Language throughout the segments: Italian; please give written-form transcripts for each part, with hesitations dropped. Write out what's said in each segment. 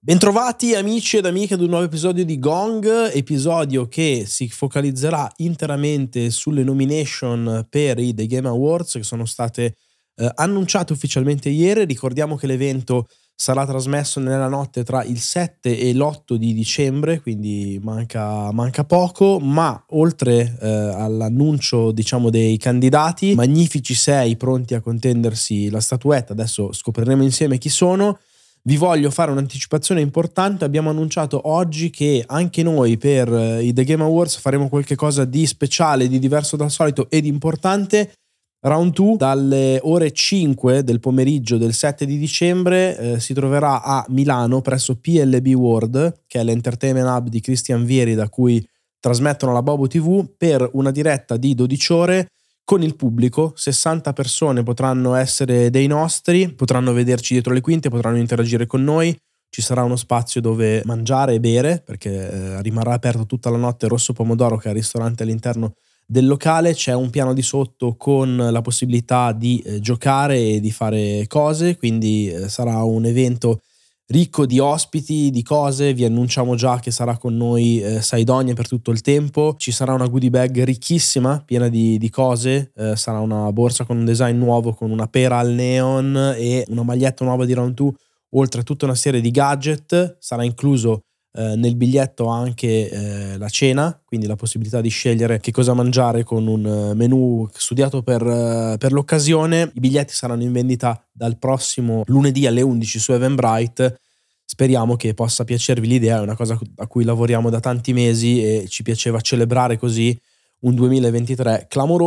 Bentrovati amici ed amiche ad un nuovo episodio di Gong, episodio che si focalizzerà interamente sulle nomination per i The Game Awards che sono state annunciate ufficialmente ieri. Ricordiamo che l'evento sarà trasmesso nella notte tra il 7 e l'8 di dicembre, quindi manca poco, ma oltre all'annuncio dei candidati, magnifici 6 pronti a contendersi la statuetta, adesso scopriremo insieme chi sono. Vi voglio fare un'anticipazione importante. Abbiamo annunciato oggi che anche noi per i The Game Awards faremo qualche cosa di speciale, di diverso dal solito ed importante. Round 2 dalle ore 5 del pomeriggio del 7 di dicembre si troverà a Milano presso PLB World, che è l'entertainment hub di Christian Vieri, da cui trasmettono la Bobo TV, per una diretta di 12 ore con il pubblico. 60 persone potranno essere dei nostri, potranno vederci dietro le quinte, potranno interagire con noi. Ci sarà uno spazio dove mangiare e bere, perché rimarrà aperto tutta la notte Rosso Pomodoro, che è il ristorante all'interno del locale. C'è un piano di sotto con la possibilità di giocare e di fare cose, quindi sarà un evento ricco di ospiti, di cose. Vi annunciamo già che sarà con noi Saidonia per tutto il tempo. Ci sarà una goodie bag ricchissima, piena di cose. Sarà una borsa con un design nuovo, con una pera al neon e una maglietta nuova di Round 2, oltre a tutta una serie di gadget. Sarà incluso nel biglietto anche la cena, quindi la possibilità di scegliere che cosa mangiare con un menù studiato per l'occasione. I biglietti saranno in vendita dal prossimo lunedì alle 11 su Eventbrite. Speriamo che possa piacervi l'idea, è una cosa a cui lavoriamo da tanti mesi e ci piaceva celebrare così un 2023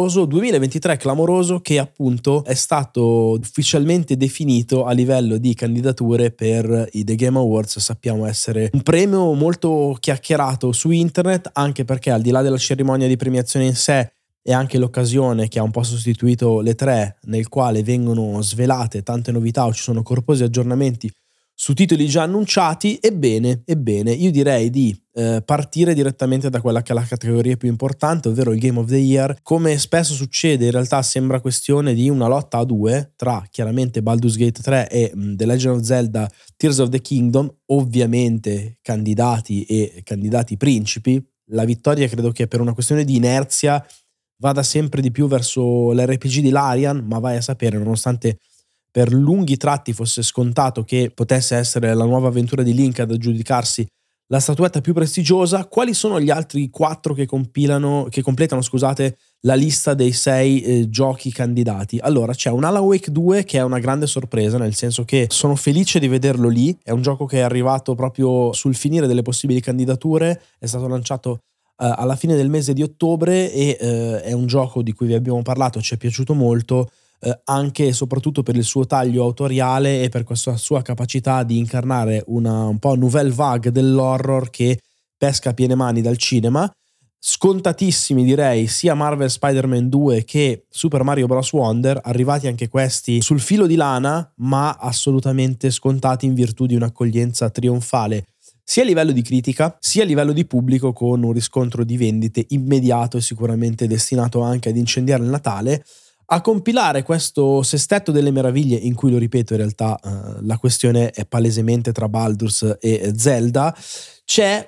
clamoroso che appunto è stato ufficialmente definito a livello di candidature per i The Game Awards. Sappiamo essere un premio molto chiacchierato su internet, anche perché al di là della cerimonia di premiazione in sé è anche l'occasione che ha un po' sostituito le 3, nel quale vengono svelate tante novità o ci sono corposi aggiornamenti su titoli già annunciati. Ebbene, io direi di partire direttamente da quella che è la categoria più importante, ovvero il Game of the Year. Come spesso succede, in realtà sembra questione di una lotta a due tra chiaramente Baldur's Gate 3 e The Legend of Zelda Tears of the Kingdom, ovviamente candidati e candidati principi. La vittoria credo che per una questione di inerzia vada sempre di più verso l'RPG di Larian, ma vai a sapere, nonostante per lunghi tratti fosse scontato che potesse essere la nuova avventura di Link ad aggiudicarsi la statuetta più prestigiosa, quali sono gli altri 4 che completano la lista dei 6 giochi candidati? Allora, c'è un Alan Wake 2 che è una grande sorpresa, nel senso che sono felice di vederlo lì. È un gioco che è arrivato proprio sul finire delle possibili candidature, è stato lanciato alla fine del mese di ottobre e è un gioco di cui vi abbiamo parlato, ci è piaciuto molto, anche e soprattutto per il suo taglio autoriale e per questa sua capacità di incarnare un po' nouvelle vague dell'horror che pesca a piene mani dal cinema. Scontatissimi direi sia Marvel Spider-Man 2 che Super Mario Bros. Wonder, arrivati anche questi sul filo di lana, ma assolutamente scontati in virtù di un'accoglienza trionfale sia a livello di critica sia a livello di pubblico, con un riscontro di vendite immediato e sicuramente destinato anche ad incendiare il Natale. A compilare questo sestetto delle meraviglie, in cui, lo ripeto, in realtà la questione è palesemente tra Baldur's e Zelda, c'è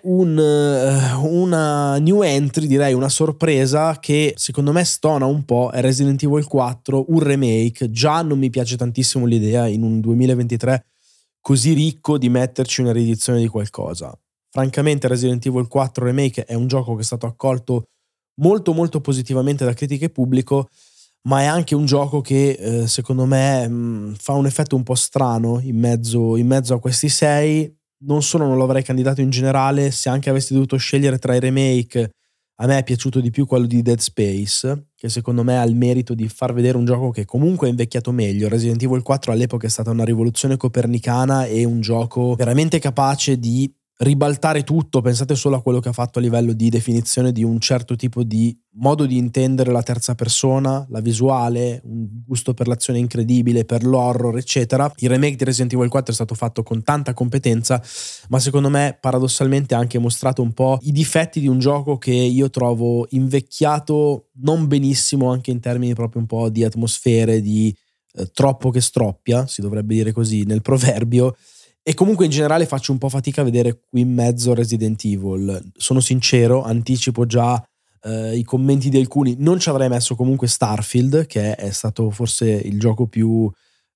una new entry, direi una sorpresa che secondo me stona un po', è Resident Evil 4, un remake. Già non mi piace tantissimo l'idea in un 2023 così ricco di metterci una riedizione di qualcosa. Francamente Resident Evil 4 Remake è un gioco che è stato accolto molto molto positivamente da critica e pubblico, ma è anche un gioco che secondo me fa un effetto un po' strano in mezzo a questi 6. Non solo non lo avrei candidato in generale, se anche avessi dovuto scegliere tra i remake, a me è piaciuto di più quello di Dead Space, che secondo me ha il merito di far vedere un gioco che comunque è invecchiato meglio. Resident Evil 4 all'epoca è stata una rivoluzione copernicana e un gioco veramente capace di ribaltare tutto. Pensate solo a quello che ha fatto a livello di definizione di un certo tipo di modo di intendere la terza persona, la visuale, un gusto per l'azione incredibile, per l'horror, eccetera. Il remake di Resident Evil 4 è stato fatto con tanta competenza, ma secondo me paradossalmente ha anche mostrato un po' i difetti di un gioco che io trovo invecchiato non benissimo, anche in termini proprio un po' di atmosfere, di troppo che stroppia, si dovrebbe dire così nel proverbio. E comunque in generale faccio un po' fatica a vedere qui in mezzo Resident Evil. Sono sincero, anticipo già i commenti di alcuni. Non ci avrei messo comunque Starfield, che è stato forse il gioco più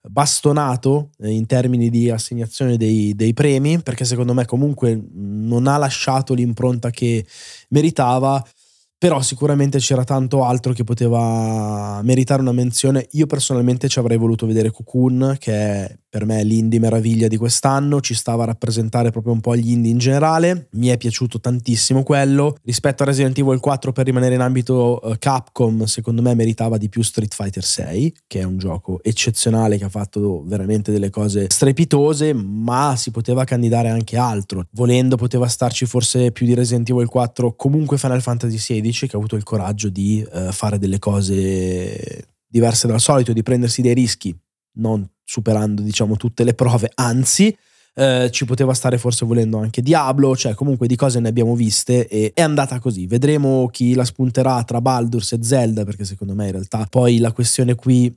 bastonato in termini di assegnazione dei premi, perché secondo me comunque non ha lasciato l'impronta che meritava. Però sicuramente c'era tanto altro che poteva meritare una menzione. Io personalmente ci avrei voluto vedere Cocoon, che è per me l'indie meraviglia di quest'anno, ci stava a rappresentare proprio un po' gli indie in generale. Mi è piaciuto tantissimo quello. Rispetto a Resident Evil 4, per rimanere in ambito Capcom, secondo me meritava di più Street Fighter 6, che è un gioco eccezionale che ha fatto veramente delle cose strepitose, ma si poteva candidare anche altro. Volendo poteva starci forse più di Resident Evil 4, comunque Final Fantasy XVI, che ha avuto il coraggio di fare delle cose diverse dal solito, di prendersi dei rischi, non superando diciamo tutte le prove, anzi ci poteva stare forse volendo anche Diablo, cioè comunque di cose ne abbiamo viste e è andata così. Vedremo chi la spunterà tra Baldur's e Zelda, perché secondo me in realtà poi la questione qui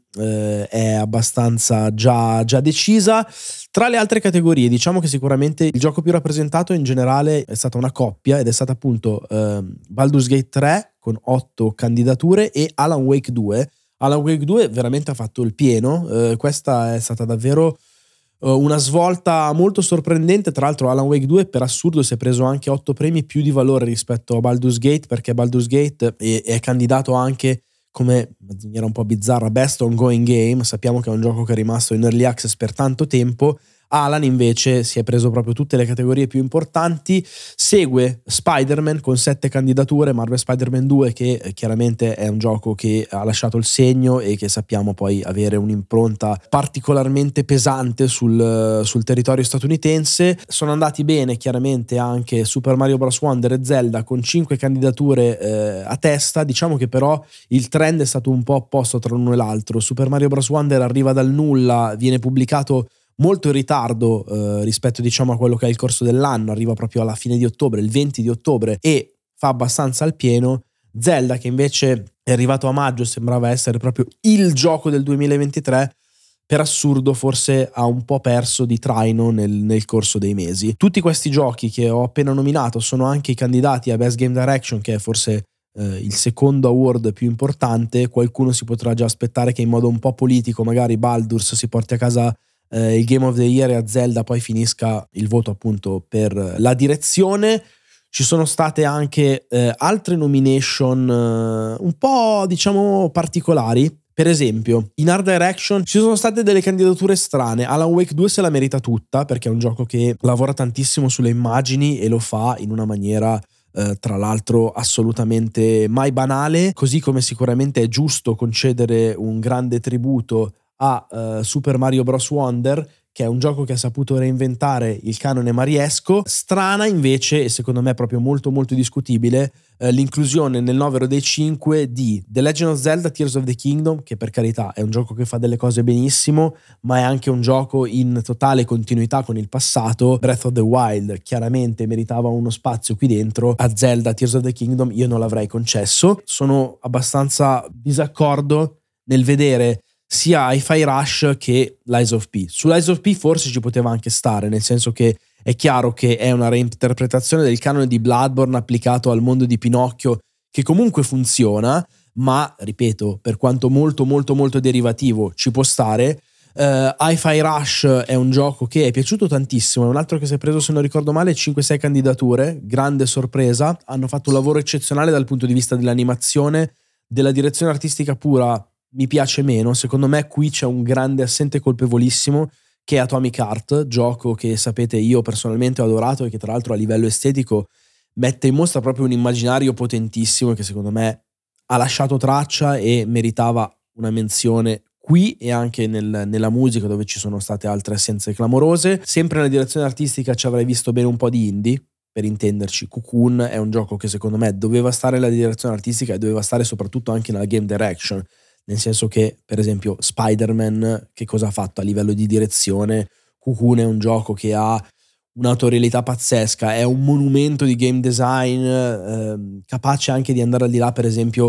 è abbastanza già decisa. Tra le altre categorie diciamo che sicuramente il gioco più rappresentato in generale è stata una coppia ed è stata appunto Baldur's Gate 3 con 8 candidature e Alan Wake 2. Alan Wake 2 veramente ha fatto il pieno, questa è stata davvero una svolta molto sorprendente. Tra l'altro Alan Wake 2 per assurdo si è preso anche 8 premi più di valore rispetto a Baldur's Gate, perché Baldur's Gate è candidato anche come, in maniera un po' bizzarra, Best Ongoing Game. Sappiamo che è un gioco che è rimasto in Early Access per tanto tempo. Alan invece si è preso proprio tutte le categorie più importanti. Segue Spider-Man con 7 candidature, Marvel Spider-Man 2, che chiaramente è un gioco che ha lasciato il segno e che sappiamo poi avere un'impronta particolarmente pesante sul territorio statunitense. Sono andati bene chiaramente anche Super Mario Bros. Wonder e Zelda con 5 candidature a testa. Diciamo che però il trend è stato un po' opposto tra l'uno e l'altro. Super Mario Bros. Wonder arriva dal nulla, viene pubblicato molto in ritardo rispetto diciamo a quello che è il corso dell'anno, arriva proprio alla fine di ottobre, il 20 di ottobre, e fa abbastanza al pieno. Zelda, che invece è arrivato a maggio, sembrava essere proprio il gioco del 2023, per assurdo forse ha un po' perso di traino nel corso dei mesi. Tutti questi giochi che ho appena nominato sono anche i candidati a Best Game Direction, che è forse il secondo award più importante. Qualcuno si potrà già aspettare che in modo un po' politico magari Baldur's si porti a casa il Game of the Year e a Zelda poi finisca il voto appunto per la direzione. Ci sono state anche altre nomination un po' diciamo particolari. Per esempio in Art Direction ci sono state delle candidature strane. Alan Wake 2 se la merita tutta, perché è un gioco che lavora tantissimo sulle immagini e lo fa in una maniera tra l'altro assolutamente mai banale, così come sicuramente è giusto concedere un grande tributo a Super Mario Bros. Wonder, che è un gioco che ha saputo reinventare il canone mariesco. Strana invece, e secondo me proprio molto molto discutibile, l'inclusione nel novero dei 5 di The Legend of Zelda Tears of the Kingdom, che per carità è un gioco che fa delle cose benissimo, ma è anche un gioco in totale continuità con il passato. Breath of the Wild chiaramente meritava uno spazio qui dentro, a Zelda Tears of the Kingdom io non l'avrei concesso. Sono abbastanza disaccordo nel vedere sia Hi-Fi Rush che Lies of P. Su Lies of P forse ci poteva anche stare, nel senso che è chiaro che è una reinterpretazione del canone di Bloodborne applicato al mondo di Pinocchio, che comunque funziona, ma ripeto, per quanto molto molto molto derivativo ci può stare. Hi-Fi Rush è un gioco che è piaciuto tantissimo, è un altro che si è preso, se non ricordo male, 5-6 candidature, grande sorpresa. Hanno fatto un lavoro eccezionale dal punto di vista dell'animazione, della direzione artistica pura mi piace meno. Secondo me qui c'è un grande assente colpevolissimo, che è Atomic Heart, gioco che sapete io personalmente ho adorato e che tra l'altro a livello estetico mette in mostra proprio un immaginario potentissimo che secondo me ha lasciato traccia e meritava una menzione qui e anche nella musica, dove ci sono state altre assenze clamorose. Sempre nella direzione artistica ci avrei visto bene un po' di indie, per intenderci. Cocoon è un gioco che secondo me doveva stare nella direzione artistica e doveva stare soprattutto anche nella game direction, nel senso che per esempio Spider-Man che cosa ha fatto a livello di direzione? Cocoon è un gioco che ha un'autorialità pazzesca, è un monumento di game design, capace anche di andare al di là per esempio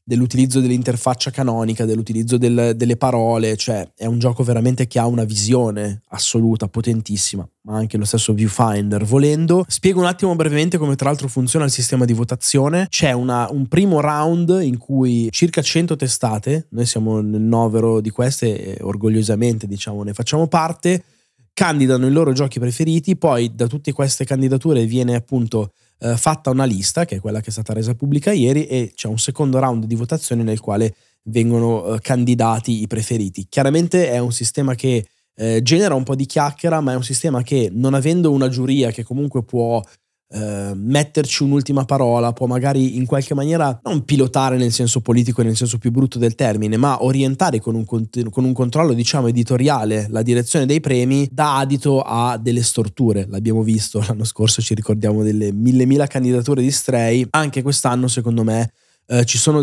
dell'utilizzo dell'interfaccia canonica, dell'utilizzo delle parole, cioè è un gioco veramente che ha una visione assoluta, potentissima, ma anche lo stesso viewfinder volendo. Spiego un attimo brevemente come tra l'altro funziona il sistema di votazione. C'è un primo round in cui circa 100 testate, noi siamo nel novero di queste e orgogliosamente diciamo ne facciamo parte, candidano i loro giochi preferiti, poi da tutte queste candidature viene appunto fatta una lista, che è quella che è stata resa pubblica ieri, e c'è un secondo round di votazione nel quale vengono candidati i preferiti. Chiaramente è un sistema che genera un po' di chiacchiera, ma è un sistema che, non avendo una giuria che comunque può metterci un'ultima parola, può magari in qualche maniera non pilotare nel senso politico e nel senso più brutto del termine, ma orientare con un controllo diciamo editoriale la direzione dei premi, dà adito a delle storture. L'abbiamo visto l'anno scorso, ci ricordiamo delle mille candidature di Stray. Anche quest'anno secondo me ci sono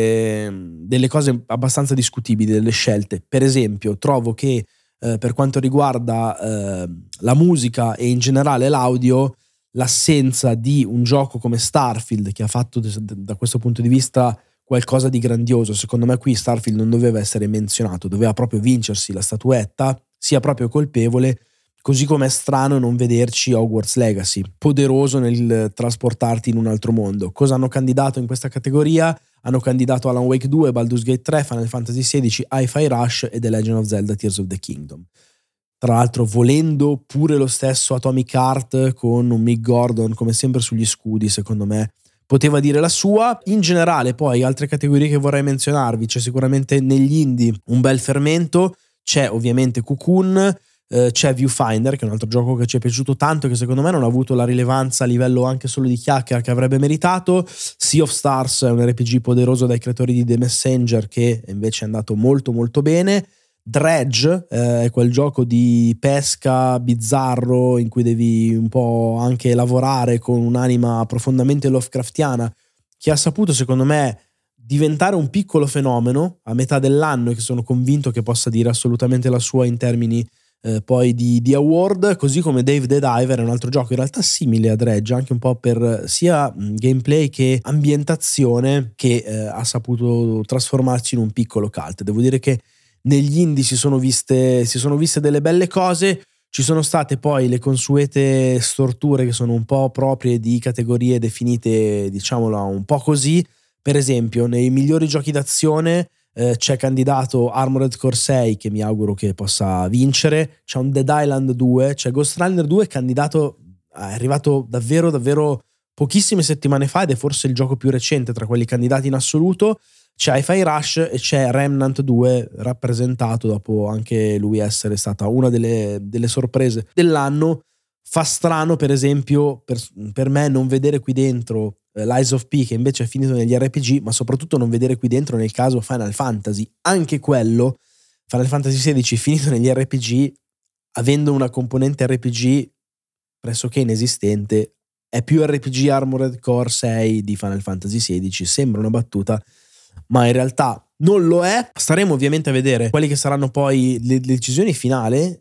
delle cose abbastanza discutibili, delle scelte. Per esempio trovo che per quanto riguarda la musica e in generale l'audio, l'assenza di un gioco come Starfield, che ha fatto da questo punto di vista qualcosa di grandioso, secondo me qui Starfield non doveva essere menzionato, doveva proprio vincersi la statuetta, sia proprio colpevole, così come è strano non vederci Hogwarts Legacy, poderoso nel trasportarti in un altro mondo. Cosa hanno candidato in questa categoria? Hanno candidato Alan Wake 2, Baldur's Gate 3, Final Fantasy XVI, Hi-Fi Rush e The Legend of Zelda Tears of the Kingdom. Tra l'altro volendo pure lo stesso Atomic Heart con un Mick Gordon come sempre sugli scudi, secondo me poteva dire la sua. In generale poi altre categorie che vorrei menzionarvi: c'è sicuramente negli indie un bel fermento, c'è ovviamente Cocoon, c'è Viewfinder che è un altro gioco che ci è piaciuto tanto, che secondo me non ha avuto la rilevanza a livello anche solo di chiacchiera che avrebbe meritato. Sea of Stars è un RPG poderoso dai creatori di The Messenger che invece è andato molto molto bene. Dredge è quel gioco di pesca bizzarro in cui devi un po' anche lavorare con un'anima profondamente Lovecraftiana, che ha saputo secondo me diventare un piccolo fenomeno a metà dell'anno e che sono convinto che possa dire assolutamente la sua in termini poi di award. Così come Dave the Diver è un altro gioco in realtà simile a Dredge, anche un po' per sia gameplay che ambientazione, che ha saputo trasformarsi in un piccolo cult. Devo dire che negli indie si sono viste delle belle cose. Ci sono state poi le consuete storture che sono un po' proprie di categorie definite, diciamola un po' così. Per esempio nei migliori giochi d'azione c'è candidato Armored Core 6, che mi auguro che possa vincere, c'è un Dead Island 2, c'è Ghost Runner 2 candidato, è arrivato davvero pochissime settimane fa ed è forse il gioco più recente tra quelli candidati in assoluto. C'è Hi-Fi Rush e c'è Remnant 2 rappresentato, dopo anche lui essere stata una delle sorprese dell'anno. Fa strano per esempio per me non vedere qui dentro Lies of P, che invece è finito negli RPG, ma soprattutto non vedere qui dentro nel caso Final Fantasy, anche quello Final Fantasy XVI finito negli RPG, avendo una componente RPG pressoché inesistente. È più RPG Armored Core 6 di Final Fantasy XVI, sembra una battuta ma in realtà non lo è. Staremo ovviamente a vedere quali che saranno poi le decisioni finali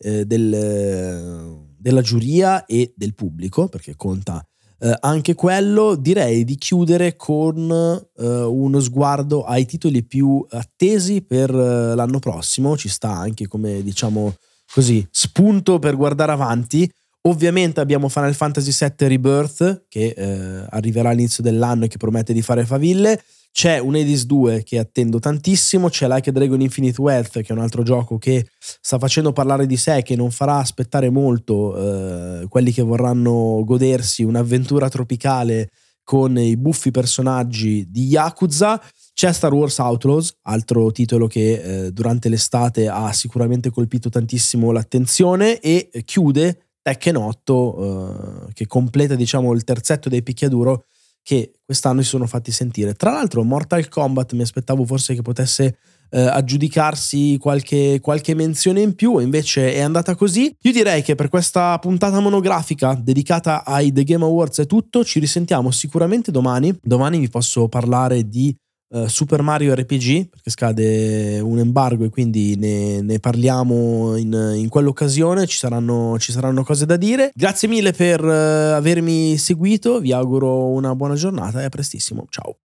della giuria e del pubblico, perché conta anche quello. Direi di chiudere con uno sguardo ai titoli più attesi per l'anno prossimo. Ci sta anche come, diciamo così, spunto per guardare avanti. Ovviamente abbiamo Final Fantasy VII Rebirth che arriverà all'inizio dell'anno e che promette di fare faville. C'è un Hades 2 che attendo tantissimo, c'è Like a Dragon Infinite Wealth, che è un altro gioco che sta facendo parlare di sé, che non farà aspettare molto quelli che vorranno godersi un'avventura tropicale con i buffi personaggi di Yakuza. C'è Star Wars Outlaws, altro titolo che durante l'estate ha sicuramente colpito tantissimo l'attenzione, e chiude Tekken 8 che completa, diciamo, il terzetto dei picchiaduro che quest'anno si sono fatti sentire. Tra l'altro Mortal Kombat mi aspettavo forse che potesse aggiudicarsi qualche menzione in più, invece è andata così. Io direi che per questa puntata monografica dedicata ai The Game Awards è tutto. Ci risentiamo sicuramente domani vi posso parlare di Super Mario RPG, perché scade un embargo e quindi ne parliamo in quell'occasione. Ci saranno cose da dire. Grazie mille per avermi seguito, vi auguro una buona giornata e a prestissimo, ciao.